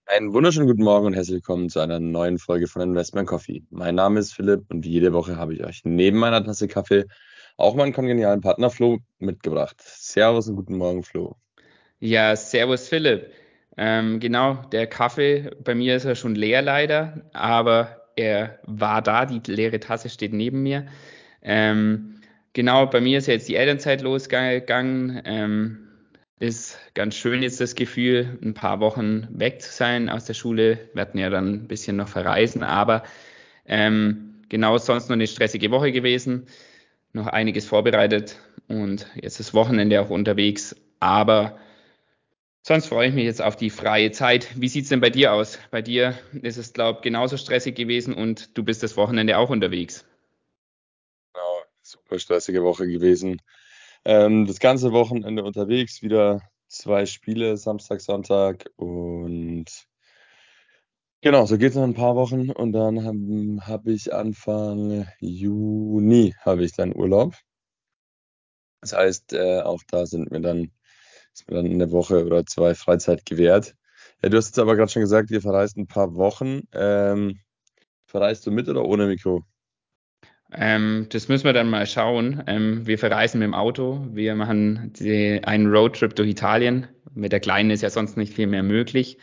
Einen wunderschönen guten Morgen und herzlich willkommen zu einer neuen Folge von Investment Coffee. Mein Name ist Philipp und wie jede Woche habe ich euch neben meiner Tasse Kaffee auch meinen kongenialen Partner Flo mitgebracht. Servus und guten Morgen, Flo. Ja, servus Philipp. Genau, der Kaffee, bei mir ist er schon leer leider, aber er war da, die leere Tasse steht neben mir. Ähm, genau, bei mir ist ja jetzt die Elternzeit losgegangen. Ist ganz schön jetzt das Gefühl, ein paar Wochen weg zu sein aus der Schule. Wir hatten ja dann ein bisschen noch verreisen, aber genau, ist sonst noch eine stressige Woche gewesen, noch einiges vorbereitet und jetzt ist Wochenende auch unterwegs, aber sonst freue ich mich jetzt auf die freie Zeit. Wie sieht's denn bei dir aus? Bei dir ist es, glaube ich, genauso stressig gewesen und du bist das Wochenende auch unterwegs. Genau, super stressige Woche gewesen. Das ganze Wochenende unterwegs, wieder zwei Spiele, Samstag, Sonntag und genau, so geht es noch ein paar Wochen und dann hab ich Anfang Juni habe ich dann Urlaub. Das heißt, auch da ist mir dann eine Woche oder zwei Freizeit gewährt. Ja, du hast jetzt aber gerade schon gesagt, ihr verreist ein paar Wochen. Verreist du mit oder ohne Mikro? Das müssen wir dann mal schauen. Wir verreisen mit dem Auto. Wir machen einen Roadtrip durch Italien. Mit der Kleinen ist ja sonst nicht viel mehr möglich.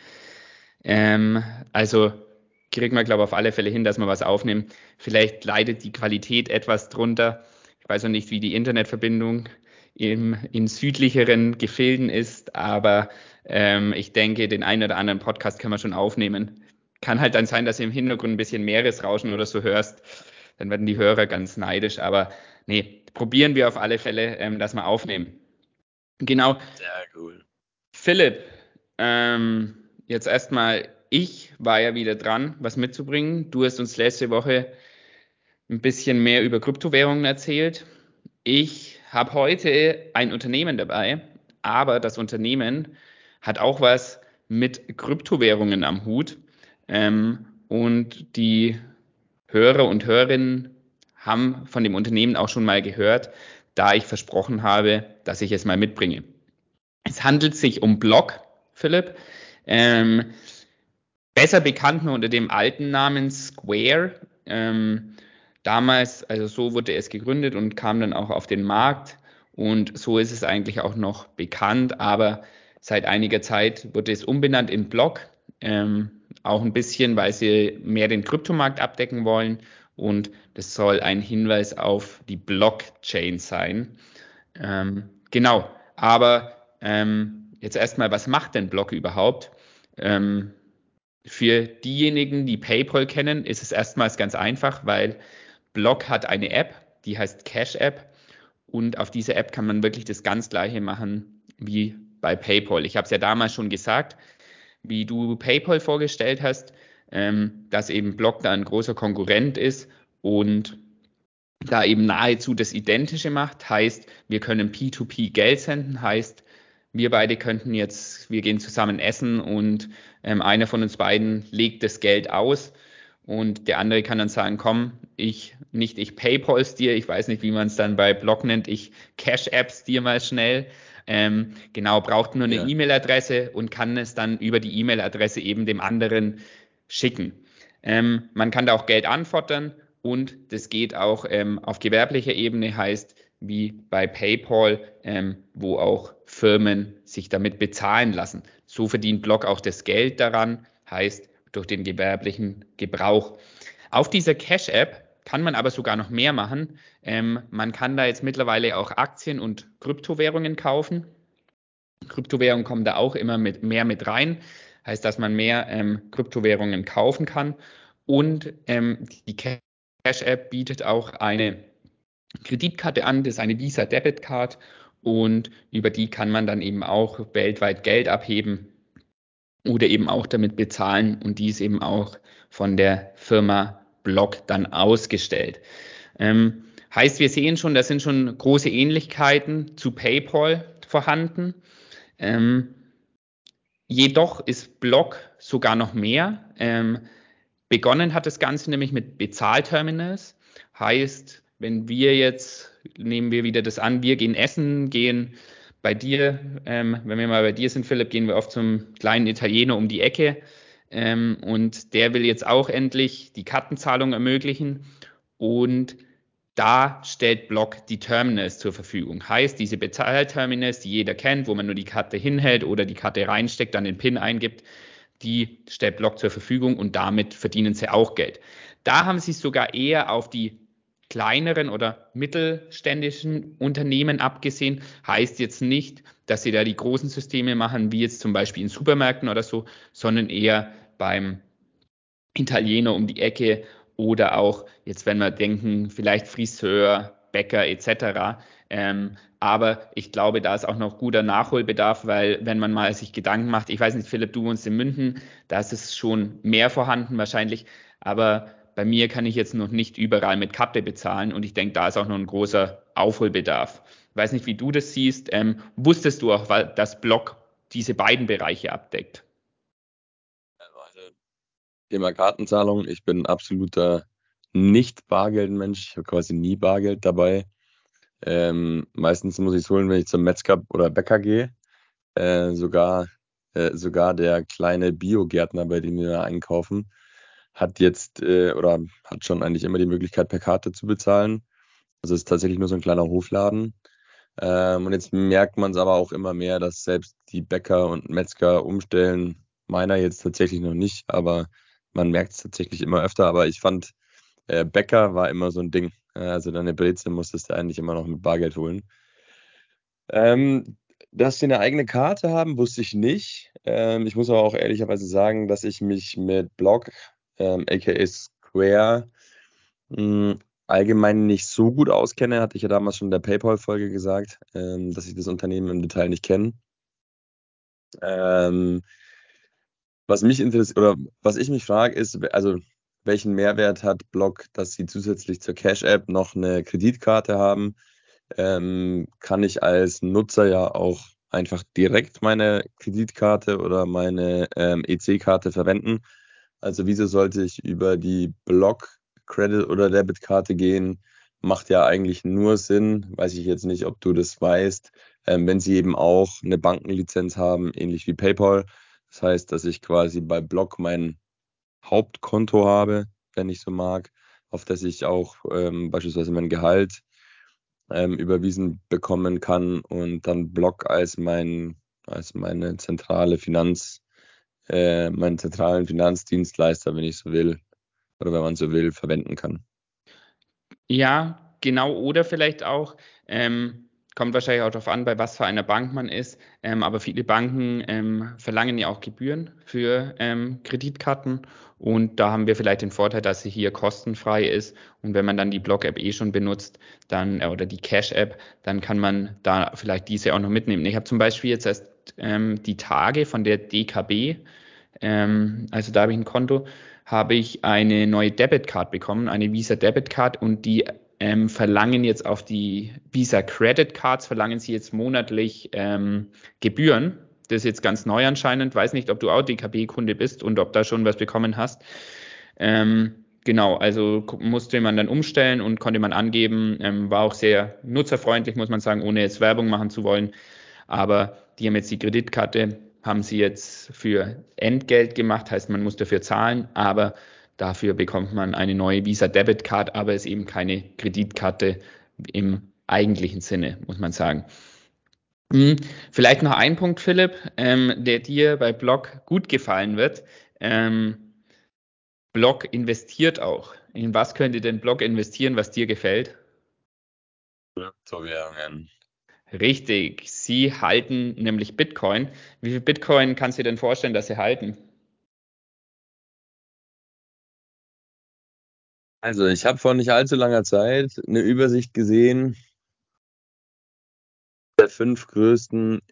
Also kriegen wir, glaube ich, auf alle Fälle hin, dass wir was aufnehmen. Vielleicht leidet die Qualität etwas drunter. Ich weiß noch nicht, wie die Internetverbindung in südlicheren Gefilden ist, aber ich denke, den einen oder anderen Podcast können wir schon aufnehmen. Kann halt dann sein, dass du im Hintergrund ein bisschen Meeresrauschen oder so hörst. Dann werden die Hörer ganz neidisch. Aber nee, probieren wir auf alle Fälle, dass wir aufnehmen. Genau. Sehr cool. Philipp, jetzt erstmal, ich war ja wieder dran, was mitzubringen. Du hast uns letzte Woche ein bisschen mehr über Kryptowährungen erzählt. Ich habe heute ein Unternehmen dabei, aber das Unternehmen hat auch was mit Kryptowährungen am Hut. Und die Hörer und Hörerinnen haben von dem Unternehmen auch schon mal gehört, da ich versprochen habe, dass ich es mal mitbringe. Es handelt sich um Block, Philipp. Ähm, Besser bekannt nur unter dem alten Namen Square. Damals, also so wurde es gegründet und kam dann auch auf den Markt. Und so ist es eigentlich auch noch bekannt, aber seit einiger Zeit wurde es umbenannt in Block. Auch ein bisschen, weil sie mehr den Kryptomarkt abdecken wollen. Und das soll ein Hinweis auf die Blockchain sein. Genau, aber jetzt erstmal, was macht denn Block überhaupt? Ähm, für diejenigen, die PayPal kennen, ist es erstmals ganz einfach, weil Block hat eine App, die heißt Cash App. Und auf dieser App kann man wirklich das ganz Gleiche machen wie bei PayPal. Ich habe es ja damals schon gesagt, wie du PayPal vorgestellt hast, dass eben Block da ein großer Konkurrent ist und da eben nahezu das Identische macht. Heißt, wir können P2P Geld senden, heißt, wir beide könnten jetzt, wir gehen zusammen essen und einer von uns beiden legt das Geld aus und der andere kann dann sagen, komm, ich PayPal's dir, ich weiß nicht, wie man es dann bei Block nennt, ich Cash Apps dir mal schnell. Genau, braucht nur eine Ja. E-Mail-Adresse und kann es dann über die E-Mail-Adresse eben dem anderen schicken. Man kann da auch Geld anfordern und das geht auch auf gewerblicher Ebene, heißt wie bei PayPal, wo auch Firmen sich damit bezahlen lassen. So verdient Block auch das Geld daran, heißt durch den gewerblichen Gebrauch. Auf dieser Cash-App kann man aber sogar noch mehr machen. Man kann da jetzt mittlerweile auch Aktien und Kryptowährungen kaufen. Kryptowährungen kommen da auch immer mehr mit rein. Heißt, dass man mehr Kryptowährungen kaufen kann. Und die Cash-App bietet auch eine Kreditkarte an, das ist eine Visa Debit Card. Und über die kann man dann eben auch weltweit Geld abheben oder eben auch damit bezahlen. Und die ist eben auch von der Firma Block dann ausgestellt. Heißt, wir sehen schon, da sind schon große Ähnlichkeiten zu PayPal vorhanden. Ähm, Jedoch ist Block sogar noch mehr. Begonnen hat das Ganze nämlich mit Bezahlterminals. Heißt, wenn wir jetzt, nehmen wir wieder das an, wir gehen essen, gehen bei dir, wenn wir mal bei dir sind, Philipp, gehen wir oft zum kleinen Italiener um die Ecke. und der will jetzt auch endlich die Kartenzahlung ermöglichen und da stellt Block die Terminals zur Verfügung. Heißt, diese Bezahlterminals, die jeder kennt, wo man nur die Karte hinhält oder die Karte reinsteckt, dann den PIN eingibt, die stellt Block zur Verfügung und damit verdienen sie auch Geld. Da haben sie sogar eher auf die kleineren oder mittelständischen Unternehmen abgesehen. Heißt jetzt nicht, dass sie da die großen Systeme machen, wie jetzt zum Beispiel in Supermärkten oder so, sondern eher beim Italiener um die Ecke oder auch jetzt, wenn wir denken, vielleicht Friseur, Bäcker etc. Aber ich glaube, da ist auch noch guter Nachholbedarf, weil wenn man mal sich Gedanken macht, ich weiß nicht, Philipp, du wohnst in München, da ist es schon mehr vorhanden wahrscheinlich, aber bei mir kann ich jetzt noch nicht überall mit Karte bezahlen und ich denke, da ist auch noch ein großer Aufholbedarf. Ich weiß nicht, wie du das siehst. Wusstest du auch, dass Block diese beiden Bereiche abdeckt? Also, Thema Kartenzahlung. Ich bin ein absoluter Nicht-Bargeld-Mensch. Ich habe quasi nie Bargeld dabei. Meistens muss ich es holen, wenn ich zum Metzger oder Bäcker gehe. Sogar, sogar der kleine Biogärtner, bei dem wir einkaufen, hat jetzt oder hat schon eigentlich immer die Möglichkeit, per Karte zu bezahlen. Also es ist tatsächlich nur so ein kleiner Hofladen. Und jetzt merkt man es aber auch immer mehr, dass selbst die Bäcker und Metzger umstellen. Meiner jetzt tatsächlich noch nicht, aber man merkt es tatsächlich immer öfter. Aber ich fand, Bäcker war immer so ein Ding. Also deine Brezel musstest du eigentlich immer noch mit Bargeld holen. Dass sie eine eigene Karte haben, wusste ich nicht. Ich muss aber auch ehrlicherweise sagen, dass ich mich mit Block, aka Square, mh, allgemein nicht so gut auskenne. Hatte ich ja damals schon in der PayPal-Folge gesagt, dass ich das Unternehmen im Detail nicht kenne. Ähm, Was mich interessiert oder was ich mich frage, ist, also welchen Mehrwert hat Block, dass sie zusätzlich zur Cash-App noch eine Kreditkarte haben? Kann ich als Nutzer ja auch einfach direkt meine Kreditkarte oder meine EC-Karte verwenden. Also wieso sollte ich über die Block Credit oder Debitkarte gehen? Macht ja eigentlich nur Sinn, weiß ich jetzt nicht, ob du das weißt, wenn sie eben auch eine Bankenlizenz haben, ähnlich wie PayPal. Das heißt, dass ich quasi bei Block mein Hauptkonto habe, wenn ich so mag, auf das ich auch beispielsweise mein Gehalt überwiesen bekommen kann und dann Block als meine zentrale meinen zentralen Finanzdienstleister, wenn ich so will, oder wenn man so will, verwenden kann. Ja, genau, oder vielleicht auch, kommt wahrscheinlich auch darauf an, bei was für einer Bank man ist, aber viele Banken verlangen ja auch Gebühren für Kreditkarten und da haben wir vielleicht den Vorteil, dass sie hier kostenfrei ist und wenn man dann die Block-App eh schon benutzt, dann oder die Cash-App, dann kann man da vielleicht diese auch noch mitnehmen. Ich habe zum Beispiel jetzt erst die Tage von der DKB, also da habe ich ein Konto, habe ich eine neue Debitcard bekommen, eine Visa Debitcard und die verlangen jetzt auf die Visa Credit Cards, verlangen sie jetzt monatlich Gebühren. Das ist jetzt ganz neu anscheinend. Weiß nicht, ob du auch DKB-Kunde bist und ob da schon was bekommen hast. Genau, also musste man dann umstellen und konnte man angeben. War auch sehr nutzerfreundlich, muss man sagen, ohne jetzt Werbung machen zu wollen. Aber die haben jetzt die Kreditkarte, haben sie jetzt für Entgelt gemacht, heißt man muss dafür zahlen, aber dafür bekommt man eine neue Visa Debit Card, aber ist eben keine Kreditkarte im eigentlichen Sinne, muss man sagen. Hm, vielleicht noch ein Punkt, Philipp, der dir bei Block gut gefallen wird. Block investiert auch. In was könnte denn Block investieren, was dir gefällt? Kryptowährungen. Richtig, sie halten nämlich Bitcoin. Wie viel Bitcoin kannst du dir denn vorstellen, dass sie halten? Also ich habe vor nicht allzu langer Zeit eine Übersicht gesehen der fünf größten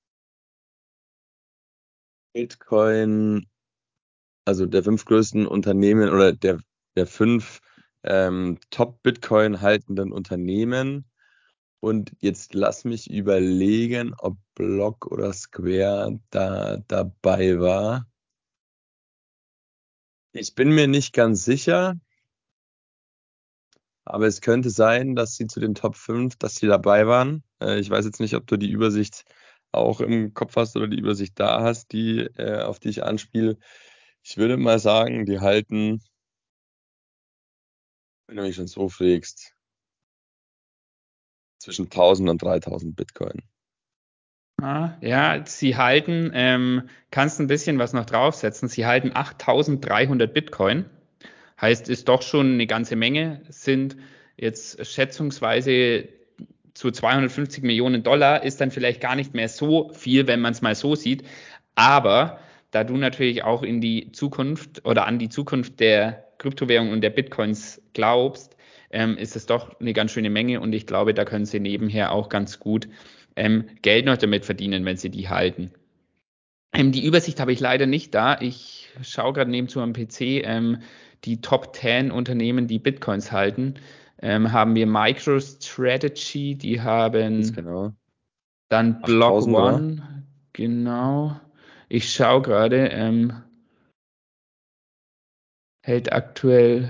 Bitcoin, also der fünf größten Unternehmen oder der fünf Top-Bitcoin haltenden Unternehmen. Und jetzt lass mich überlegen, ob Block oder Square da dabei war. Ich bin mir nicht ganz sicher, aber es könnte sein, dass sie zu den Top 5, dass sie dabei waren. Ich weiß jetzt nicht, ob du die Übersicht auch im Kopf hast oder die Übersicht da hast, auf die ich anspiele. Ich würde mal sagen, die halten, wenn du mich schon so fragst, zwischen 1000 und 3000 Bitcoin. Ja, sie halten, kannst ein bisschen was noch draufsetzen, sie halten 8.300 Bitcoin. Heißt, ist doch schon eine ganze Menge, sind jetzt schätzungsweise zu 250 Millionen Dollar, ist dann vielleicht gar nicht mehr so viel, wenn man es mal so sieht. Aber da du natürlich auch in die Zukunft oder an die Zukunft der Kryptowährung und der Bitcoins glaubst, ist es doch eine ganz schöne Menge und ich glaube, da können sie nebenher auch ganz gut Geld noch damit verdienen, wenn sie die halten. Die Übersicht habe ich leider nicht da. Ich schaue gerade nebenzu am PC. Die Top 10 Unternehmen, die Bitcoins halten, haben wir MicroStrategy, die Ganz haben genau. dann Block 8000, oder? One, genau. Ich schaue gerade, hält aktuell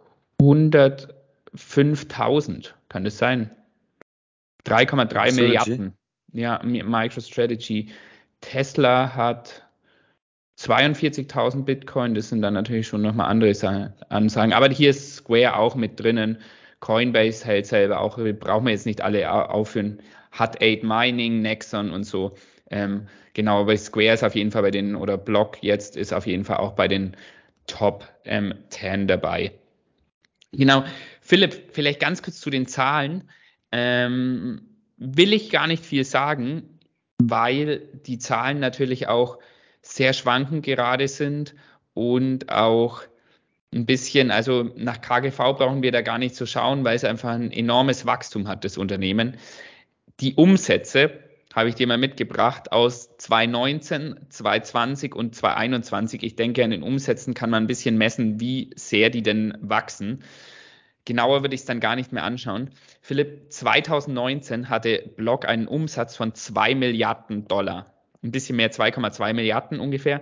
105.000. Kann das sein? 3,3 MicroStrategy. Milliarden. Ja, MicroStrategy. Tesla hat 42.000 Bitcoin, das sind dann natürlich schon nochmal andere Ansagen. Aber hier ist Square auch mit drinnen. Coinbase hält selber auch, brauchen wir jetzt nicht alle aufführen. Hut 8 Mining, Nexon und so. Genau, aber Square ist auf jeden Fall bei den, oder Block jetzt ist auf jeden Fall auch bei den Top 10 dabei. Genau. Philipp, vielleicht ganz kurz zu den Zahlen. Will ich gar nicht viel sagen, weil die Zahlen natürlich auch sehr schwankend gerade sind und auch ein bisschen, also nach KGV brauchen wir da gar nicht zu schauen, weil es einfach ein enormes Wachstum hat, das Unternehmen. Die Umsätze habe ich dir mal mitgebracht aus 2019, 2020 und 2021. Ich denke, an den Umsätzen kann man ein bisschen messen, wie sehr die denn wachsen. Genauer würde ich es dann gar nicht mehr anschauen. Philipp, 2019 hatte Block einen Umsatz von 2 Milliarden Dollar. Ein bisschen mehr, 2,2 Milliarden ungefähr.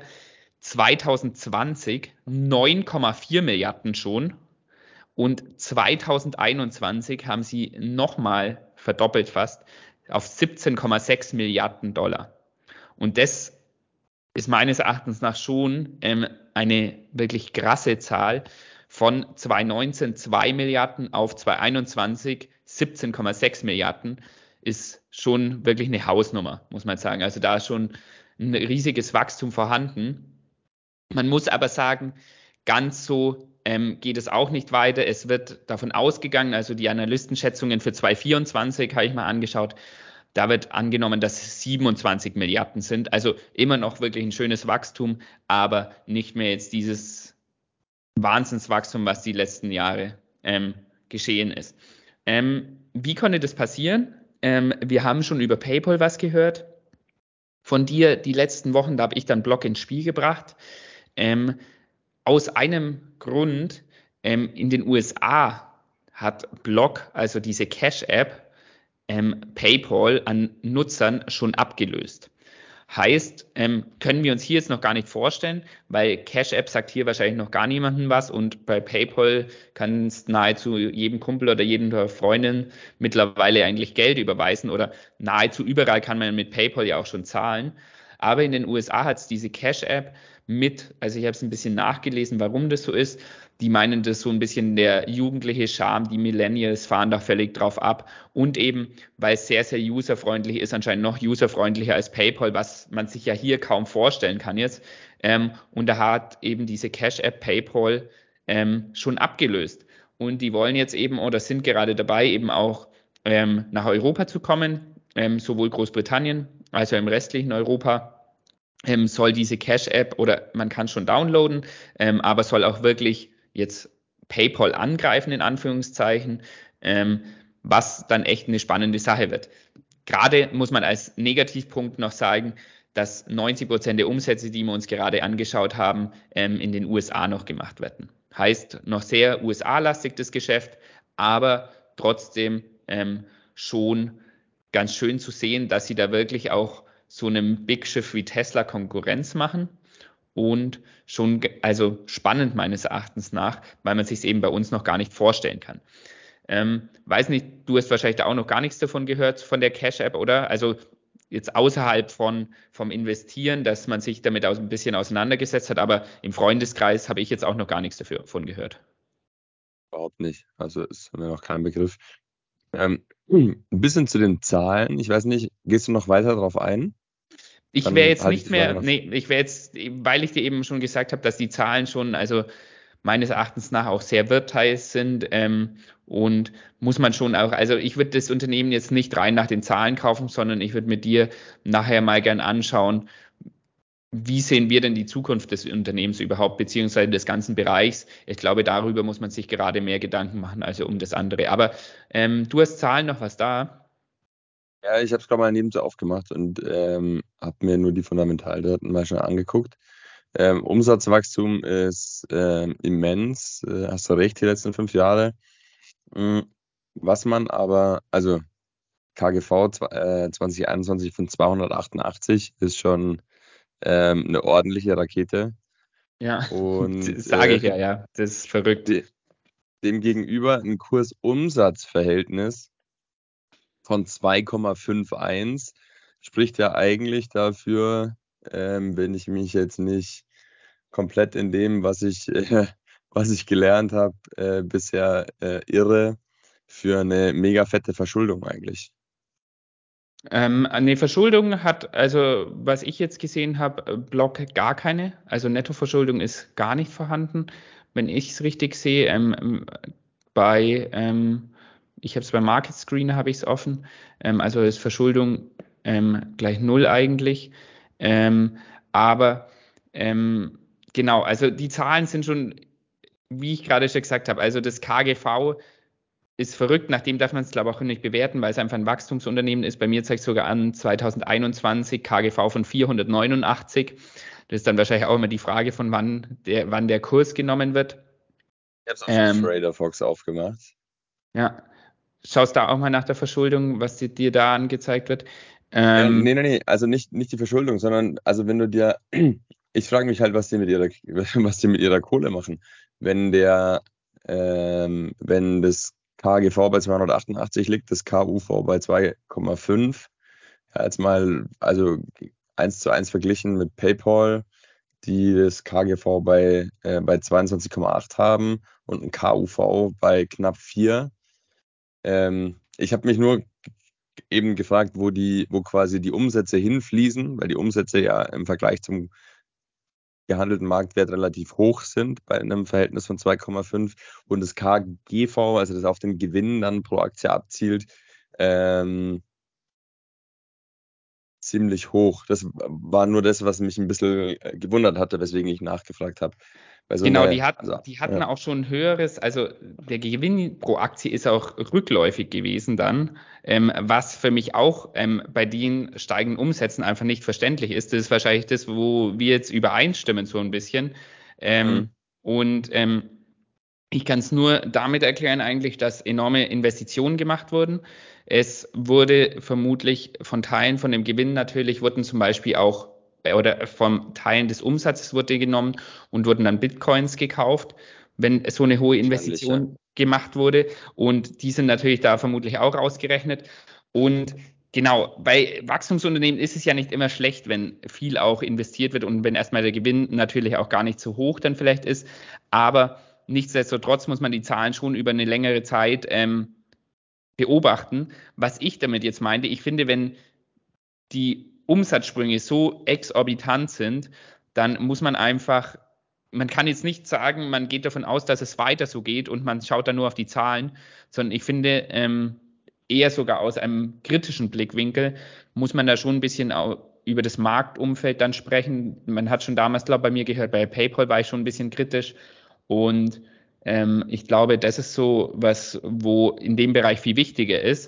2020 9,4 Milliarden schon. Und 2021 haben sie nochmal verdoppelt fast auf 17,6 Milliarden Dollar. Und das ist meines Erachtens nach schon eine wirklich krasse Zahl von 2019 2 Milliarden auf 2021 17,6 Milliarden ist schon wirklich eine Hausnummer, muss man sagen. Also da ist schon ein riesiges Wachstum vorhanden. Man muss aber sagen, ganz so geht es auch nicht weiter. Es wird davon ausgegangen, also die Analystenschätzungen für 2024 habe ich mal angeschaut, da wird angenommen, dass es 27 Milliarden sind. Also immer noch wirklich ein schönes Wachstum, aber nicht mehr jetzt dieses Wahnsinnswachstum, was die letzten Jahre geschehen ist. Wie konnte das passieren? Wir haben schon über PayPal was gehört. Von dir die letzten Wochen, da habe ich dann Block ins Spiel gebracht. Ähm, aus einem Grund, in den USA hat Block, also diese Cash-App, PayPal an Nutzern schon abgelöst. Heißt, können wir uns hier jetzt noch gar nicht vorstellen, weil Cash App sagt hier wahrscheinlich noch gar niemandem was und bei PayPal kannst nahezu jedem Kumpel oder jedem Freundin mittlerweile eigentlich Geld überweisen oder nahezu überall kann man mit PayPal ja auch schon zahlen. Aber in den USA hat es diese Cash App mit, also ich habe es ein bisschen nachgelesen, warum das so ist. Die meinen das so ein bisschen der jugendliche Charme, die Millennials fahren da völlig drauf ab und eben, weil es sehr, sehr userfreundlich ist, anscheinend noch userfreundlicher als PayPal, was man sich ja hier kaum vorstellen kann jetzt. Und da hat eben diese Cash-App PayPal schon abgelöst. Und die wollen jetzt eben oder sind gerade dabei, eben auch nach Europa zu kommen, sowohl Großbritannien als auch im restlichen Europa soll diese Cash-App oder man kann schon downloaden, aber soll auch wirklich jetzt PayPal angreifen, in Anführungszeichen, ähm, was dann echt eine spannende Sache wird. Gerade muss man als Negativpunkt noch sagen, dass 90% der Umsätze, die wir uns gerade angeschaut haben, in den USA noch gemacht werden. Heißt noch sehr USA-lastig das Geschäft, aber trotzdem schon ganz schön zu sehen, dass sie da wirklich auch so einem Big Schiff wie Tesla Konkurrenz machen und schon, also spannend meines Erachtens nach, weil man sich es eben bei uns noch gar nicht vorstellen kann. Weiß nicht, du hast wahrscheinlich da auch noch gar nichts davon gehört, von der Cash App, oder? Also jetzt außerhalb vom Investieren, dass man sich damit auch ein bisschen auseinandergesetzt hat, aber im Freundeskreis habe ich jetzt auch noch gar nichts davon gehört. Überhaupt nicht. Also ist mir noch kein Begriff. Ein bisschen zu den Zahlen. Ich weiß nicht, gehst du noch weiter darauf ein? Ich wäre Dann jetzt halte ich nicht die Frage mehr, noch. nee, ich wäre jetzt, weil ich dir eben schon gesagt habe, dass die Zahlen schon, also meines Erachtens nach auch sehr werthaltig sind und muss man schon auch, also ich würde das Unternehmen jetzt nicht rein nach den Zahlen kaufen, sondern ich würde mit dir nachher mal gern anschauen, wie sehen wir denn die Zukunft des Unternehmens überhaupt, beziehungsweise des ganzen Bereichs. Ich glaube, darüber muss man sich gerade mehr Gedanken machen, also um das andere. Aber du hast Zahlen noch was da? Ja, ich habe es gerade mal nebenzu aufgemacht und habe mir nur die Fundamentaldaten mal schon angeguckt. Umsatzwachstum ist immens, hast du recht, die letzten 5 Jahre. Mm, Was man aber, also KGV 2021 von 288 ist schon eine ordentliche Rakete. Ja, Und sage ich ja, ja, das ist verrückt. de demgegenüber ein Kurs-Umsatz-Verhältnis von 2,51 spricht ja eigentlich dafür, wenn ich mich jetzt nicht komplett in dem, was ich gelernt habe, bisher irre, für eine mega fette Verschuldung eigentlich. Eine Verschuldung hat, also was ich jetzt gesehen habe, Block gar keine. Also Nettoverschuldung ist gar nicht vorhanden, wenn ich es richtig sehe. Bei, ich habe es bei Market Screener habe ich es offen. Also ist Verschuldung gleich null eigentlich. Ähm, aber ähm, genau, also die Zahlen sind schon, wie ich gerade schon gesagt habe, also das KGV ist verrückt, nach dem darf man es, glaube ich, auch nicht bewerten, weil es einfach ein Wachstumsunternehmen ist. Bei mir zeigt es sogar an 2021 KGV von 489. Das ist dann wahrscheinlich auch immer die Frage von wann der Kurs genommen wird. Ich habe es auch schon mit Ähm, Trader Fox aufgemacht. ja, schaust da auch mal nach der Verschuldung, was dir da angezeigt wird. Ja, Ähm, nee, also nicht die Verschuldung, sondern also wenn du dir, ich frage mich halt, was die mit was die mit ihrer Kohle machen. Wenn das KGV bei 288 liegt, das KUV bei 2,5, ja, jetzt mal, also 1:1 verglichen mit PayPal, die das KGV bei 22,8 haben und ein KUV bei knapp 4. Ich habe mich nur eben gefragt, wo quasi die Umsätze hinfließen, weil die Umsätze ja im Vergleich zum gehandelten Marktwert relativ hoch sind bei einem Verhältnis von 2,5 und das KGV, also das auf den Gewinn dann pro Aktie abzielt, ähm, ziemlich hoch. Das war nur das, was mich ein bisschen gewundert hatte, weswegen ich nachgefragt habe. Weil so Genau, eine, also, die hatten ja. auch schon ein höheres, also der Gewinn pro Aktie ist auch rückläufig gewesen dann, was für mich auch bei den steigenden Umsätzen einfach nicht verständlich ist. Das ist wahrscheinlich das, wo wir jetzt übereinstimmen so ein bisschen. Ähm, Mhm. und ich kann es nur damit erklären eigentlich, dass enorme Investitionen gemacht wurden. Es wurde vermutlich von Teilen von dem Gewinn natürlich, wurden zum Beispiel auch, oder von Teilen des Umsatzes wurde genommen und wurden dann Bitcoins gekauft, wenn so eine hohe Wahrscheinlich, ja. Investition gemacht wurde. Und die sind natürlich da vermutlich auch rausgerechnet. Und genau, bei Wachstumsunternehmen ist es ja nicht immer schlecht, wenn viel auch investiert wird und wenn erstmal der Gewinn natürlich auch gar nicht so hoch dann vielleicht ist. Aber nichtsdestotrotz muss man die Zahlen schon über eine längere Zeit beobachten. Was ich damit jetzt meinte, ich finde, wenn die Umsatzsprünge so exorbitant sind, dann muss man einfach, man kann jetzt nicht sagen, man geht davon aus, dass es weiter so geht und man schaut dann nur auf die Zahlen, sondern ich finde, eher sogar aus einem kritischen Blickwinkel muss man da schon ein bisschen über das Marktumfeld dann sprechen. Man hat schon damals, glaube ich, bei mir gehört, bei PayPal war ich schon ein bisschen kritisch und ich glaube, das ist so was, wo in dem Bereich viel wichtiger ist.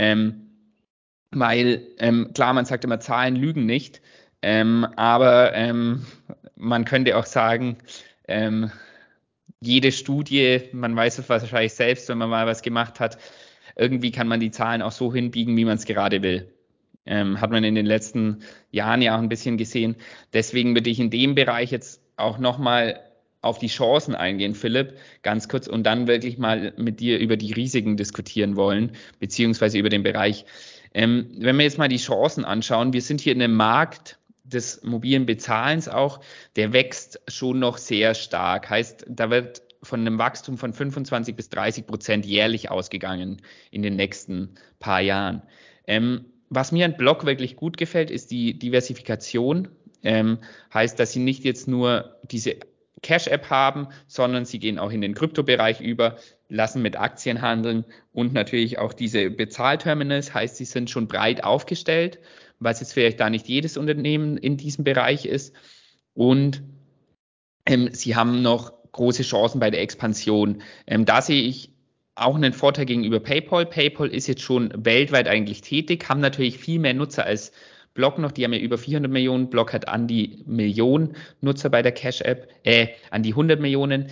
Weil klar, man sagt immer, Zahlen lügen nicht, aber man könnte auch sagen, ähm, jede Studie, man weiß es wahrscheinlich selbst, wenn man mal was gemacht hat, irgendwie kann man die Zahlen auch so hinbiegen, wie man es gerade will. Hat man in den letzten Jahren ja auch ein bisschen gesehen. Deswegen würde ich in dem Bereich jetzt auch nochmal auf die Chancen eingehen, Philipp, ganz kurz, und dann wirklich mal mit dir über die Risiken diskutieren wollen, beziehungsweise über den Bereich. Wenn wir jetzt mal die Chancen anschauen, wir sind hier in einem Markt des mobilen Bezahlens auch, der wächst schon noch sehr stark. Heißt, da wird von einem Wachstum von 25-30% jährlich ausgegangen in den nächsten paar Jahren. Was mir an Block wirklich gut gefällt, ist die Diversifikation. Heißt, dass sie nicht jetzt nur diese Cash-App haben, sondern sie gehen auch in den Kryptobereich über, lassen mit Aktien handeln und natürlich auch diese Bezahlterminals. Heißt, sie sind schon breit aufgestellt, was jetzt vielleicht da nicht jedes Unternehmen in diesem Bereich ist. Und sie haben noch große Chancen bei der Expansion. Da sehe ich auch einen Vorteil gegenüber PayPal. PayPal ist jetzt schon weltweit eigentlich tätig, haben natürlich viel mehr Nutzer als Block noch. Die haben ja über 400 Millionen. Block hat an die Million Nutzer bei der Cash-App, an die 100 Millionen.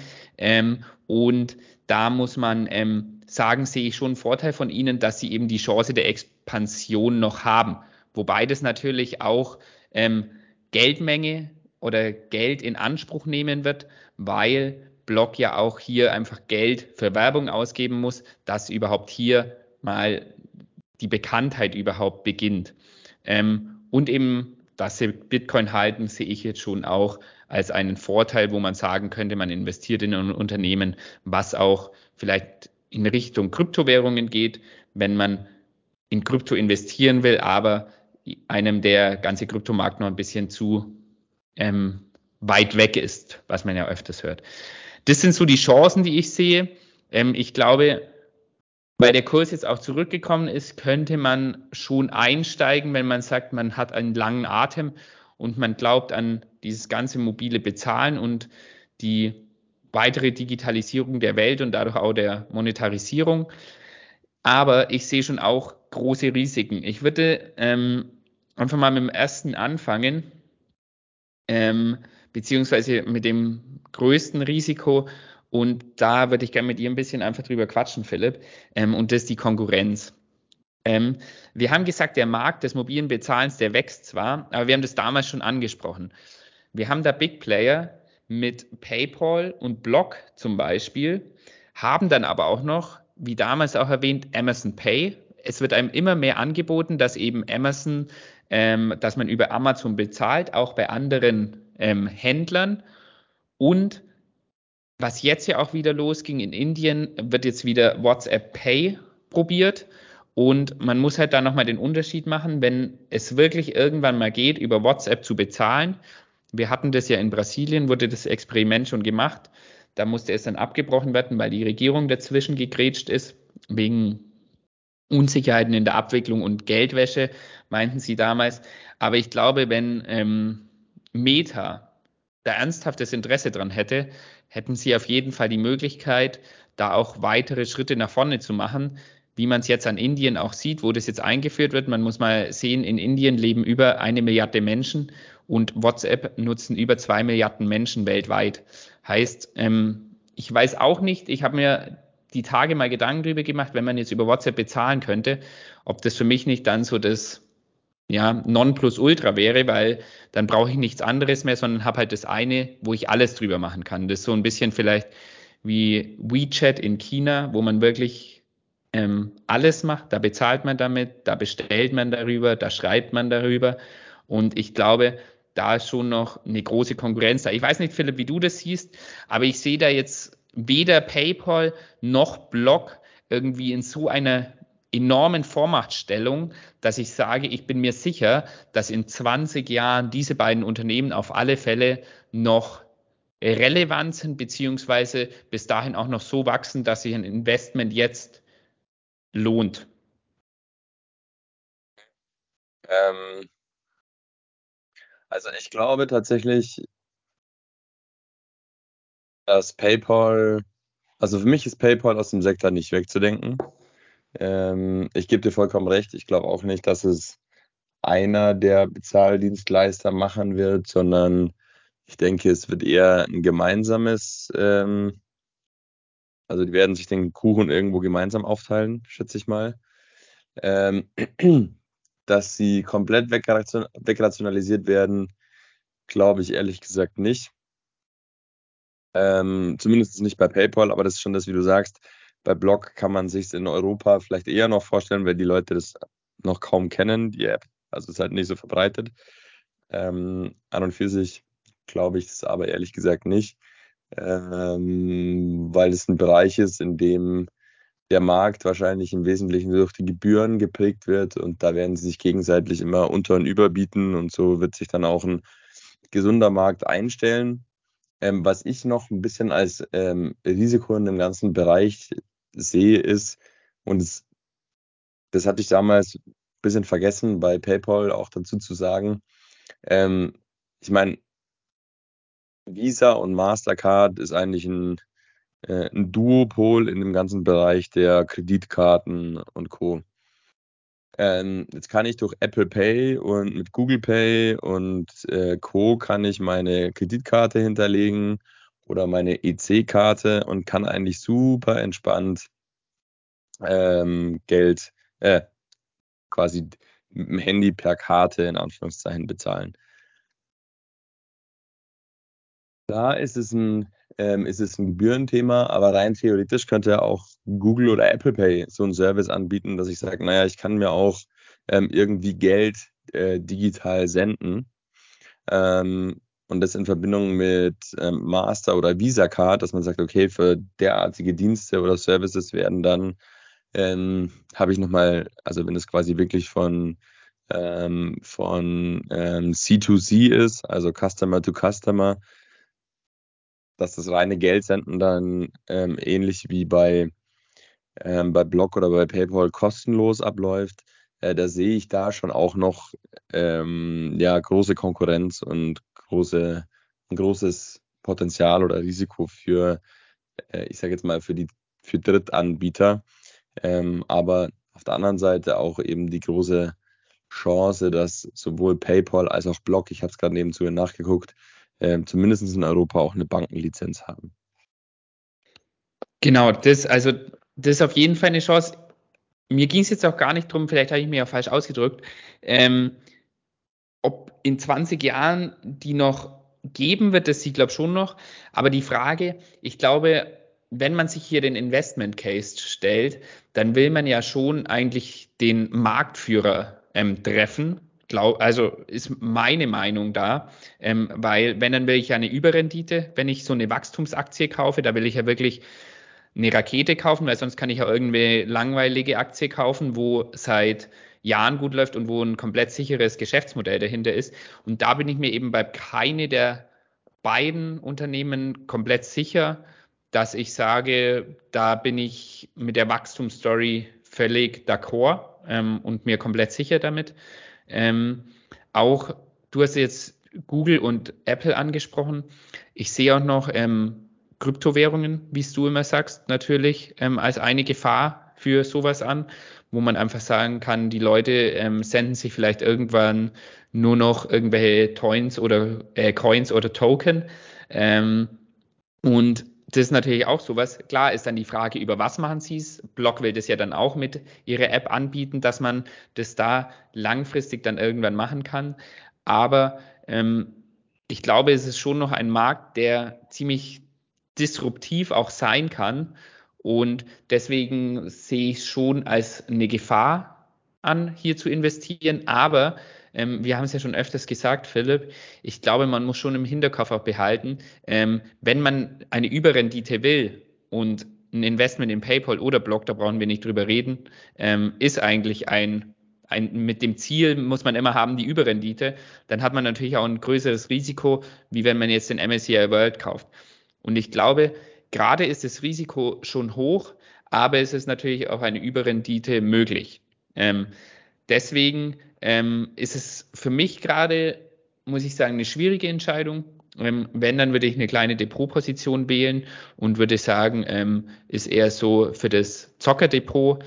Und da muss man sagen, sehe ich schon einen Vorteil von ihnen, dass sie eben die Chance der Expansion noch haben. Wobei das natürlich auch Geldmenge oder Geld in Anspruch nehmen wird, weil Block ja auch hier einfach Geld für Werbung ausgeben muss, dass überhaupt hier mal die Bekanntheit überhaupt beginnt. Und eben, dass sie Bitcoin halten, sehe ich jetzt schon auch als einen Vorteil, wo man sagen könnte, man investiert in ein Unternehmen, was auch vielleicht in Richtung Kryptowährungen geht, wenn man in Krypto investieren will, aber einem der ganze Kryptomarkt noch ein bisschen zu weit weg ist, was man ja öfters hört. Das sind so die Chancen, die ich sehe. Ich glaube, weil der Kurs jetzt auch zurückgekommen ist, könnte man schon einsteigen, wenn man sagt, man hat einen langen Atem und man glaubt an dieses ganze mobile Bezahlen und die weitere Digitalisierung der Welt und dadurch auch der Monetarisierung. Aber ich sehe schon auch große Risiken. Ich würde einfach mal mit dem ersten anfangen, beziehungsweise mit dem größten Risiko. Und da würde ich gerne mit dir ein bisschen einfach drüber quatschen, Philipp. Und das ist die Konkurrenz. Wir haben gesagt, der Markt des mobilen Bezahlens, der wächst zwar, aber wir haben das damals schon angesprochen. Wir haben da Big Player mit PayPal und Block zum Beispiel, haben dann aber auch noch, wie damals auch erwähnt, Amazon Pay. Es wird einem immer mehr angeboten, dass eben Amazon, dass man über Amazon bezahlt, auch bei anderen Händlern. Und was jetzt ja auch wieder losging in Indien, wird jetzt wieder WhatsApp Pay probiert. Und man muss halt da nochmal den Unterschied machen, wenn es wirklich irgendwann mal geht, über WhatsApp zu bezahlen. Wir hatten das ja in Brasilien, wurde das Experiment schon gemacht. Da musste es dann abgebrochen werden, weil die Regierung dazwischen gegrätscht ist, wegen Unsicherheiten in der Abwicklung und Geldwäsche, meinten sie damals. Aber ich glaube, wenn Meta da ernsthaftes Interesse dran hätte, hätten sie auf jeden Fall die Möglichkeit, da auch weitere Schritte nach vorne zu machen, wie man es jetzt an Indien auch sieht, wo das jetzt eingeführt wird. Man muss mal sehen, in Indien leben über 1 Milliarde Menschen und WhatsApp nutzen über 2 Milliarden Menschen weltweit. Heißt, ich weiß auch nicht, ich habe mir die Tage mal Gedanken darüber gemacht, wenn man jetzt über WhatsApp bezahlen könnte, ob das für mich nicht dann so das Nonplusultra wäre, weil dann brauche ich nichts anderes mehr, sondern habe halt das eine, wo ich alles drüber machen kann. Das ist so ein bisschen vielleicht wie WeChat in China, wo man wirklich alles macht. Da bezahlt man damit, da bestellt man darüber, da schreibt man darüber. Und ich glaube, da ist schon noch eine große Konkurrenz da. Ich weiß nicht, Philipp, wie du das siehst, aber ich sehe da jetzt weder PayPal noch Block irgendwie in so einer enormen Vormachtstellung, dass ich sage, ich bin mir sicher, dass in 20 Jahren diese beiden Unternehmen auf alle Fälle noch relevant sind, beziehungsweise bis dahin auch noch so wachsen, dass sich ein Investment jetzt lohnt. Ähm, also ich glaube tatsächlich, dass PayPal, also für mich ist PayPal aus dem Sektor nicht wegzudenken. Ich gebe dir vollkommen recht. Ich glaube auch nicht, dass es einer der Bezahldienstleister machen wird, sondern ich denke, es wird eher ein gemeinsames, also die werden sich den Kuchen irgendwo gemeinsam aufteilen, schätze ich mal. Ähm, dass sie komplett wegrationalisiert werden, glaube ich ehrlich gesagt nicht. Zumindest nicht bei PayPal, aber das ist schon das, wie du sagst. Bei Block kann man sich in Europa vielleicht eher noch vorstellen, weil die Leute das noch kaum kennen, die App. Also ist halt nicht so verbreitet. An und für sich glaube ich es aber ehrlich gesagt nicht, weil es ein Bereich ist, in dem der Markt wahrscheinlich im Wesentlichen durch die Gebühren geprägt wird und da werden sie sich gegenseitig immer unter- und überbieten und so wird sich dann auch ein gesunder Markt einstellen. Was ich noch ein bisschen als Risiko in dem ganzen Bereich sehe, ist, und das hatte ich damals ein bisschen vergessen, bei PayPal auch dazu zu sagen, ähm, ich meine, Visa und Mastercard ist eigentlich ein Duopol in dem ganzen Bereich der Kreditkarten und Co. Jetzt kann ich durch Apple Pay und mit Google Pay und Co. kann ich meine Kreditkarte hinterlegen oder meine EC-Karte und kann eigentlich super entspannt Geld quasi mit dem Handy per Karte in Anführungszeichen bezahlen. Da ist es ein Gebührenthema, aber rein theoretisch könnte ja auch Google oder Apple Pay so einen Service anbieten, dass ich sage, naja, ich kann mir auch irgendwie Geld digital senden. Und das in Verbindung mit Master- oder Visa-Card, dass man sagt, okay, für derartige Dienste oder Services werden dann, habe ich nochmal, also wenn es quasi wirklich von C2C ist, also Customer to Customer, dass das reine Geldsenden dann ähnlich wie bei Block oder bei PayPal kostenlos abläuft, da sehe ich da schon auch noch ja, große Konkurrenz und ein großes Potenzial oder Risiko für, ich sage jetzt mal, für Drittanbieter. Aber auf der anderen Seite auch eben die große Chance, dass sowohl PayPal als auch Block, ich habe es gerade nebenzu nachgeguckt, zumindest in Europa auch eine Bankenlizenz haben. Genau, das ist auf jeden Fall eine Chance. Mir ging es jetzt auch gar nicht drum, vielleicht habe ich mich ja falsch ausgedrückt, ähm, ob in 20 Jahren die noch geben wird, das sie glaube schon noch. Aber die Frage, ich glaube, wenn man sich hier den Investment Case stellt, dann will man ja schon eigentlich den Marktführer treffen. Also ist meine Meinung da, weil wenn, dann will ich ja eine Überrendite, wenn ich so eine Wachstumsaktie kaufe, da will ich ja wirklich eine Rakete kaufen, weil sonst kann ich ja irgendeine langweilige Aktie kaufen, wo seit Jahren gut läuft und wo ein komplett sicheres Geschäftsmodell dahinter ist. Und da bin ich mir eben bei keine der beiden Unternehmen komplett sicher, dass ich sage, da bin ich mit der Wachstumsstory völlig d'accord und mir komplett sicher damit. Ähm, auch du hast jetzt Google und Apple angesprochen. Ich sehe auch noch Kryptowährungen, wie es du immer sagst, natürlich als eine Gefahr für sowas an, wo man einfach sagen kann, die Leute senden sich vielleicht irgendwann nur noch irgendwelche Coins oder Token. Ähm, und das ist natürlich auch sowas. Klar ist dann die Frage, über was machen sie es? Block will das ja dann auch mit ihrer App anbieten, dass man das da langfristig dann irgendwann machen kann. Aber ich glaube, es ist schon noch ein Markt, der ziemlich disruptiv auch sein kann. Und deswegen sehe ich es schon als eine Gefahr an, hier zu investieren. Aber wir haben es ja schon öfters gesagt, Philipp, ich glaube, man muss schon im Hinterkopf auch behalten, wenn man eine Überrendite will und ein Investment in PayPal oder Block, da brauchen wir nicht drüber reden, ist eigentlich mit dem Ziel muss man immer haben, die Überrendite, dann hat man natürlich auch ein größeres Risiko, wie wenn man jetzt den MSCI World kauft. Und ich glaube, gerade ist das Risiko schon hoch, aber es ist natürlich auch eine Überrendite möglich. Ähm, deswegen ist es für mich gerade, muss ich sagen, eine schwierige Entscheidung. Wenn, dann würde ich eine kleine Depotposition wählen und würde sagen, ist eher so für das Zockerdepot,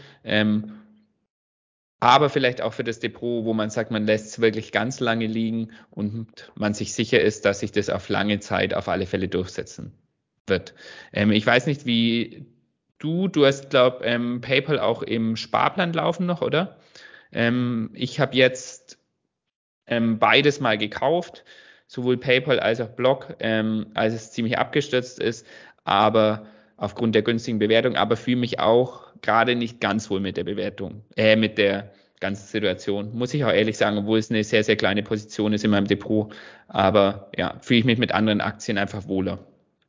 aber vielleicht auch für das Depot, wo man sagt, man lässt es wirklich ganz lange liegen und man sich sicher ist, dass sich das auf lange Zeit auf alle Fälle durchsetzen wird. Ich weiß nicht, wie du hast, glaube PayPal auch im Sparplan laufen noch, oder? Ich habe jetzt beides mal gekauft, sowohl PayPal als auch Block, als es ziemlich abgestürzt ist, aber aufgrund der günstigen Bewertung, aber fühle mich auch gerade nicht ganz wohl mit der Bewertung, mit der ganzen Situation. Muss ich auch ehrlich sagen, obwohl es eine sehr, sehr kleine Position ist in meinem Depot. Aber ja, fühle ich mich mit anderen Aktien einfach wohler.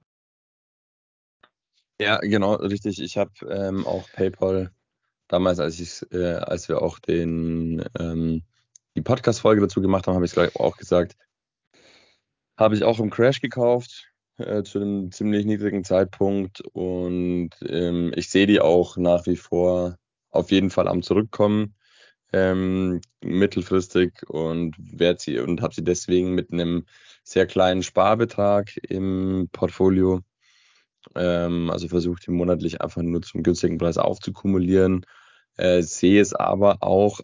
Ja, genau, richtig. Ich habe auch PayPal damals, als wir auch die Podcast-Folge dazu gemacht haben, habe ich es gleich auch gesagt, habe ich auch im Crash gekauft, zu einem ziemlich niedrigen Zeitpunkt und ich sehe die auch nach wie vor auf jeden Fall am Zurückkommen, mittelfristig und werde sie und habe sie deswegen mit einem sehr kleinen Sparbetrag im Portfolio. Also versuche die monatlich einfach nur zum günstigen Preis aufzukumulieren, sehe es aber auch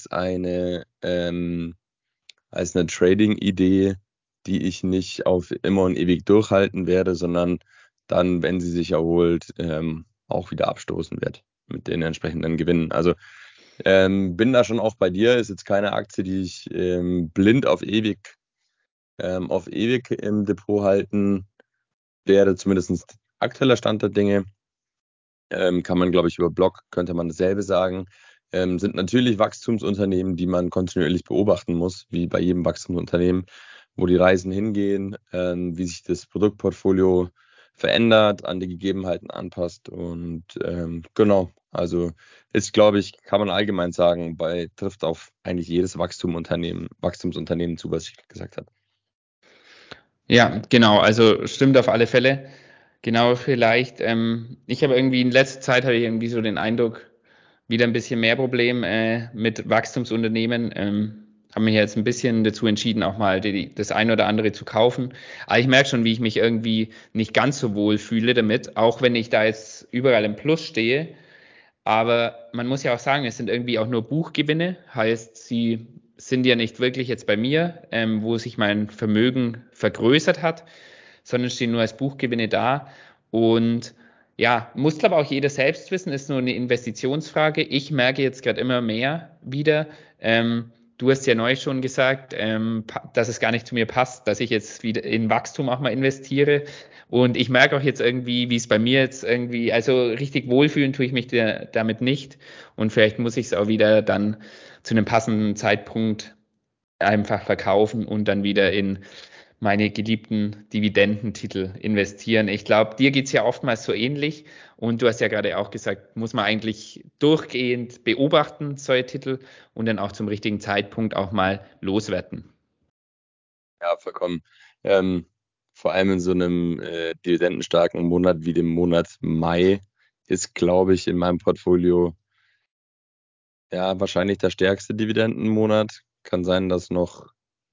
als eine Trading-Idee, die ich nicht auf immer und ewig durchhalten werde, sondern dann, wenn sie sich erholt, auch wieder abstoßen werde mit den entsprechenden Gewinnen. Also bin da schon auch bei dir, ist jetzt keine Aktie, die ich blind auf ewig im Depot halten werde, zumindest aktueller Stand der Dinge. Kann man, glaube ich, über Block könnte man dasselbe sagen. Sind natürlich Wachstumsunternehmen, die man kontinuierlich beobachten muss, wie bei jedem Wachstumsunternehmen, wo die Reisen hingehen, wie sich das Produktportfolio verändert, an die Gegebenheiten anpasst. Und genau, also ist, glaube ich, kann man allgemein sagen, trifft auf eigentlich jedes Wachstumsunternehmen zu, was ich gesagt habe. Ja, genau, also stimmt auf alle Fälle. Genau, vielleicht. Ich habe irgendwie in letzter Zeit habe ich irgendwie so den Eindruck, wieder ein bisschen mehr Problem mit Wachstumsunternehmen. Habe mich jetzt ein bisschen dazu entschieden, auch mal das ein oder andere zu kaufen. Aber ich merke schon, wie ich mich irgendwie nicht ganz so wohl fühle damit, auch wenn ich da jetzt überall im Plus stehe. Aber man muss ja auch sagen, es sind irgendwie auch nur Buchgewinne, heißt, sie sind ja nicht wirklich jetzt bei mir, wo sich mein Vermögen vergrößert hat, sondern stehen nur als Buchgewinne da. Und ja, muss glaube auch jeder selbst wissen, ist nur eine Investitionsfrage. Ich merke jetzt gerade immer mehr wieder. Du hast ja neu schon gesagt, dass es gar nicht zu mir passt, dass ich jetzt wieder in Wachstum auch mal investiere. Und ich merke auch jetzt irgendwie, wie es bei mir jetzt irgendwie, also richtig wohlfühlen tue ich mich damit nicht. Und vielleicht muss ich es auch wieder dann zu einem passenden Zeitpunkt einfach verkaufen und dann wieder in meine geliebten Dividendentitel investieren. Ich glaube, dir geht's ja oftmals so ähnlich. Und du hast ja gerade auch gesagt, muss man eigentlich durchgehend beobachten, solche Titel, und dann auch zum richtigen Zeitpunkt auch mal loswerden. Ja, vollkommen. Ähm, Vor allem in so einem dividendenstarken Monat wie dem Monat Mai ist, glaube ich, in meinem Portfolio ja wahrscheinlich der stärkste Dividendenmonat. Kann sein, dass noch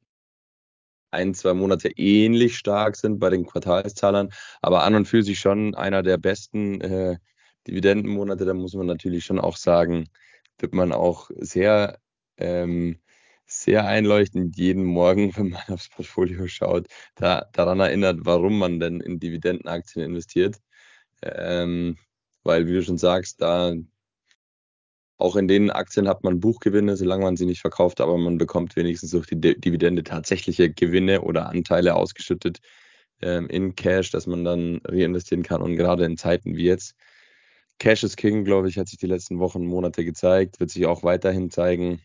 ein, zwei Monate ähnlich stark sind bei den Quartalszahlern, aber an und für sich schon einer der besten Dividendenmonate. Da muss man natürlich schon auch sagen, wird man auch ähm, sehr einleuchtend jeden Morgen, wenn man aufs Portfolio schaut, daran erinnert, warum man denn in Dividendenaktien investiert. Ähm, Weil, wie du schon sagst, da auch in den Aktien hat man Buchgewinne, solange man sie nicht verkauft, aber man bekommt wenigstens durch die Dividende tatsächliche Gewinne oder Anteile ausgeschüttet in Cash, dass man dann reinvestieren kann. Und gerade in Zeiten wie jetzt, Cash is King, glaube ich, hat sich die letzten Wochen, Monate gezeigt, wird sich auch weiterhin zeigen,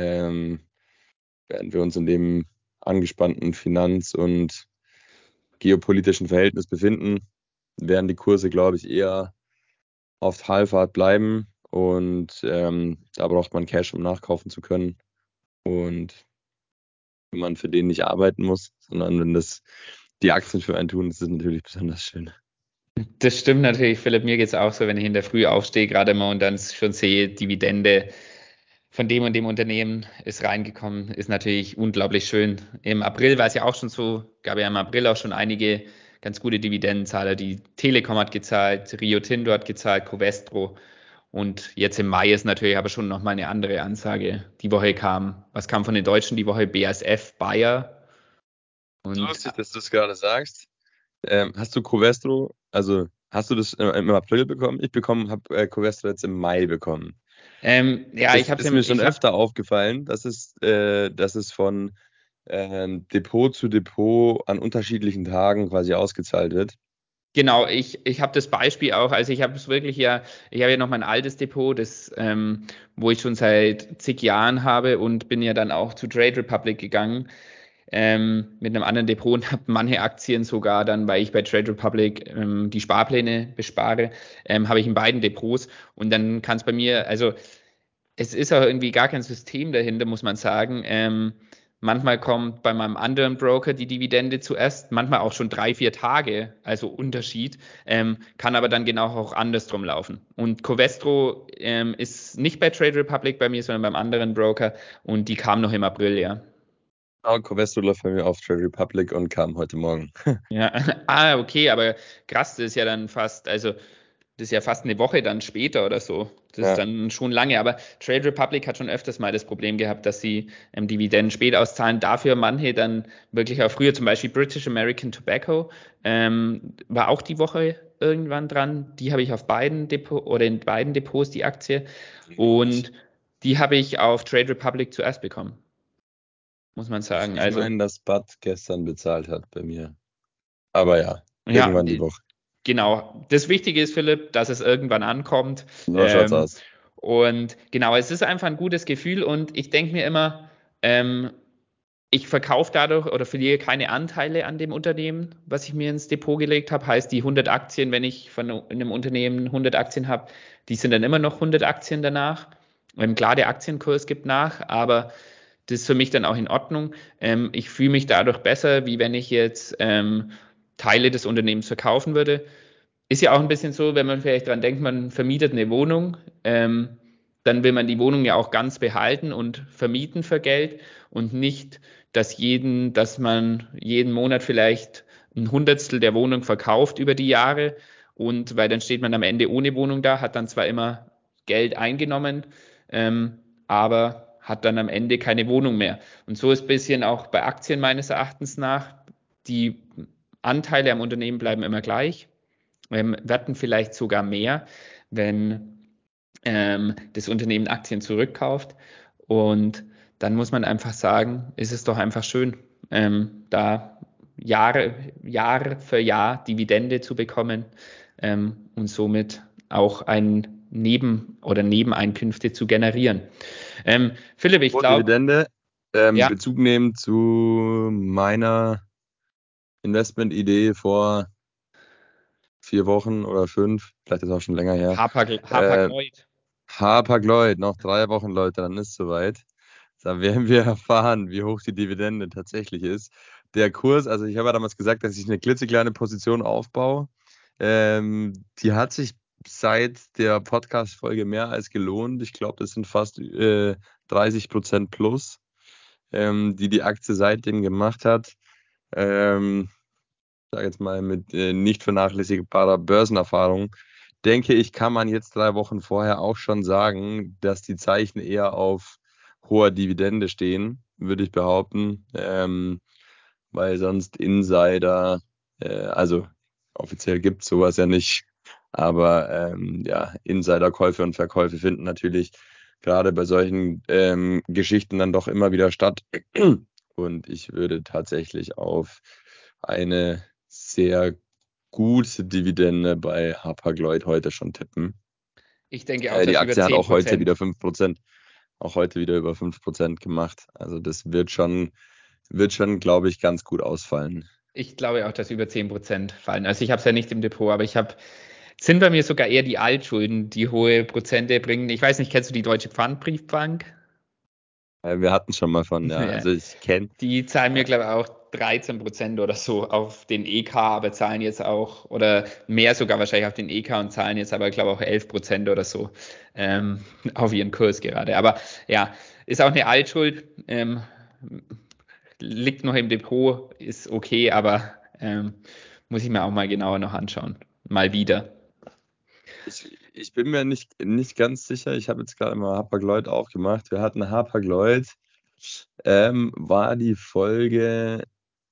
während wir uns in dem angespannten Finanz- und geopolitischen Verhältnis befinden, werden die Kurse, glaube ich, eher auf Talfahrt bleiben. Und da braucht man Cash, um nachkaufen zu können. Und wenn man für den nicht arbeiten muss, sondern wenn das die Aktien für einen tun, ist es natürlich besonders schön. Das stimmt natürlich, Philipp. Mir geht's auch so, wenn ich in der Früh aufstehe, gerade mal und dann schon sehe, Dividende von dem und dem Unternehmen ist reingekommen, ist natürlich unglaublich schön. Im April war es ja auch schon so, gab ja im April auch schon einige ganz gute Dividendenzahler. Die Telekom hat gezahlt, Rio Tinto hat gezahlt, Covestro. Und jetzt im Mai ist natürlich aber schon nochmal eine andere Ansage. Die Woche was kam von den Deutschen die Woche? BASF, Bayer und Lustig, dass du es gerade sagst. Hast du Covestro, also hast du das im April bekommen? Habe Covestro jetzt im Mai bekommen. ja, Es ist mir schon öfter aufgefallen, dass es von Depot zu Depot an unterschiedlichen Tagen quasi ausgezahlt wird. Genau, ich habe das Beispiel auch, also ich habe es wirklich ja, ich habe ja noch mein altes Depot, wo ich schon seit zig Jahren habe und bin ja dann auch zu Trade Republic gegangen mit einem anderen Depot und habe manche Aktien sogar dann, weil ich bei Trade Republic die Sparpläne bespare, habe ich in beiden Depots und dann kann es bei mir, also es ist auch irgendwie gar kein System dahinter, muss man sagen. Manchmal kommt bei meinem anderen Broker die Dividende zuerst, manchmal auch schon 3, 4 Tage, also Unterschied, kann aber dann genau auch andersrum laufen. Und Covestro ist nicht bei Trade Republic bei mir, sondern beim anderen Broker und die kam noch im April, ja. Covestro läuft bei mir auf Trade Republic und kam heute Morgen. Ja, okay, aber krass, das ist ja dann fast, also das ist ja fast eine Woche dann später oder so. Das ist Ja, dann schon lange. Aber Trade Republic hat schon öfters mal das Problem gehabt, dass sie Dividenden spät auszahlen. Dafür manche dann wirklich auch früher, zum Beispiel British American Tobacco, war auch die Woche irgendwann dran. Die habe ich auf beiden Depot oder in beiden Depots die Aktie. unglaublich. Und die habe ich auf Trade Republic zuerst bekommen, muss man Ich, sagen. ich Also, meine, dass Bud gestern bezahlt hat bei mir. Aber ja, ja, irgendwann die Woche. genau. Das Wichtige ist, Philipp, dass es irgendwann ankommt. So schaut's aus. Und genau, es ist einfach ein gutes Gefühl und ich denke mir immer, ähm, ich verkaufe dadurch oder verliere keine Anteile an dem Unternehmen, was ich mir ins Depot gelegt habe. Heißt, die 100 Aktien, wenn ich von einem Unternehmen 100 Aktien habe, die sind dann immer noch 100 Aktien danach. Klar, der Aktienkurs gibt nach, aber das ist für mich dann auch in Ordnung. Ich fühle mich dadurch besser, wie wenn ich jetzt Teile des Unternehmens verkaufen würde. Ist ja auch ein bisschen so, wenn man vielleicht dran denkt, man vermietet eine Wohnung, dann will man die Wohnung ja auch ganz behalten und vermieten für Geld und nicht, dass man jeden Monat vielleicht ein Hundertstel der Wohnung verkauft über die Jahre und weil dann steht man am Ende ohne Wohnung da, hat dann zwar immer Geld eingenommen, aber hat dann am Ende keine Wohnung mehr. Und so ist ein bisschen auch bei Aktien meines Erachtens nach, die Anteile am Unternehmen bleiben immer gleich, werten vielleicht sogar mehr, wenn das Unternehmen Aktien zurückkauft. Und dann muss man einfach sagen, ist es doch einfach schön, da Jahr für Jahr Dividende zu bekommen und somit auch ein oder Nebeneinkünfte zu generieren. Philipp, ich Pro glaube, Dividende, ja, Bezug nehmen zu meiner Investmentidee vor 4 Wochen oder 5, vielleicht ist es auch schon länger her. Äh, Hapag-Lloyd. Hapag-Lloyd, noch 3 Wochen, Leute, dann ist es soweit. Da werden wir erfahren, wie hoch die Dividende tatsächlich ist. Der Kurs, also ich habe ja damals gesagt, dass ich eine klitzekleine Position aufbaue. Die hat sich seit der Podcast-Folge mehr als gelohnt. Ich glaube, das sind fast 30% plus, die Aktie seitdem gemacht hat. Ähm, sage jetzt mal mit nicht vernachlässigbarer Börsenerfahrung, denke ich, kann man jetzt 3 Wochen vorher auch schon sagen, dass die Zeichen eher auf hoher Dividende stehen, würde ich behaupten, weil sonst Insider, also offiziell gibt es sowas ja nicht, aber ja, Insiderkäufe und Verkäufe finden natürlich gerade bei solchen Geschichten dann doch immer wieder statt. Und ich würde tatsächlich auf eine sehr gute Dividende bei Hapag-Lloyd heute schon tippen. Ich denke auch, Die dass über Aktie hat zehn auch heute Prozent wieder 5%, auch heute wieder über 5% gemacht. Also das wird schon, glaube ich, ganz gut ausfallen. Ich glaube auch, dass über 10% fallen. Also ich habe es ja nicht im Depot, aber sind bei mir sogar eher die Altschulden, die hohe Prozente bringen. Ich weiß nicht, kennst du die Deutsche Pfandbriefbank? Wir hatten schon mal von, ja, Ja. also ich kenne, Die zahlen mir, ja, glaube ich, auch 13% oder so auf den EK, aber zahlen jetzt auch, oder mehr sogar wahrscheinlich auf den EK und zahlen jetzt aber, glaube ich, auch 11% oder so auf ihren Kurs gerade. Aber ja, ist auch eine Altschuld, liegt noch im Depot, ist okay, aber muss ich mir auch mal genauer noch anschauen. Mal wieder. ich bin mir nicht ganz sicher. Ich habe jetzt gerade mal Hapag-Lloyd aufgemacht. Wir hatten Hapag-Lloyd, war die Folge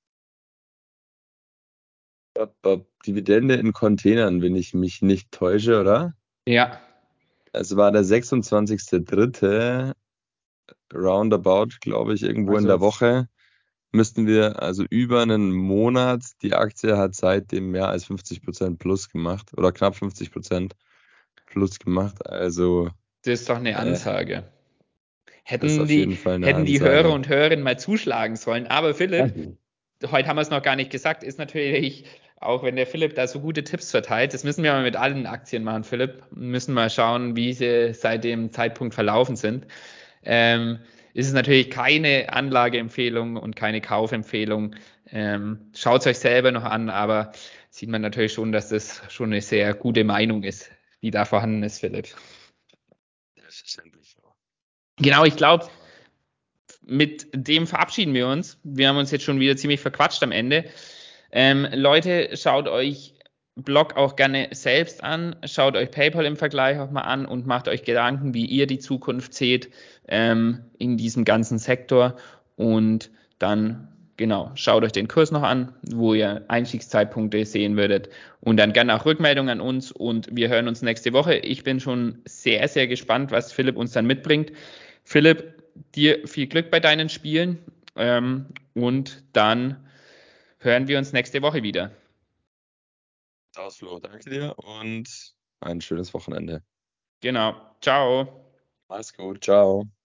Dividende in Containern, wenn ich mich nicht täusche, oder? Ja, Es war der 26.03. Roundabout, glaube ich, irgendwo in also der Woche. müssten wir, also über einen Monat, die Aktie hat seitdem mehr als 50% plus gemacht oder knapp 50% plus gemacht. Also Das ist doch eine äh, Ansage. das ist Hätten auf die, jeden Fall eine hätten die Hörer Ansage. und Hörerinnen mal zuschlagen sollen. Aber Philipp, heute haben wir es noch gar nicht gesagt, ist natürlich, auch wenn der Philipp da so gute Tipps verteilt, das müssen wir mal mit allen Aktien machen, Philipp. Müssen mal schauen, wie sie seit dem Zeitpunkt verlaufen sind. Ist es natürlich keine Anlageempfehlung und keine Kaufempfehlung. Schaut es euch selber noch an, aber sieht man natürlich schon, dass das schon eine sehr gute Meinung ist, die da vorhanden ist, Philipp. Selbstverständlich. Genau, ich glaube, mit dem verabschieden wir uns. Wir haben uns jetzt schon wieder ziemlich verquatscht am Ende. Leute, schaut euch Blog auch gerne selbst an, schaut euch PayPal im Vergleich auch mal an und macht euch Gedanken, wie ihr die Zukunft seht in diesem ganzen Sektor. Und dann, genau, schaut euch den Kurs noch an, wo ihr Einstiegszeitpunkte sehen würdet. Und dann gerne auch Rückmeldungen an uns und wir hören uns nächste Woche. Ich bin schon sehr, sehr gespannt, was Philipp uns dann mitbringt. Philipp, dir viel Glück bei deinen Spielen und dann hören wir uns nächste Woche wieder. Ausflug, danke dir und ein schönes Wochenende. Genau. Ciao. Mach's gut, ciao.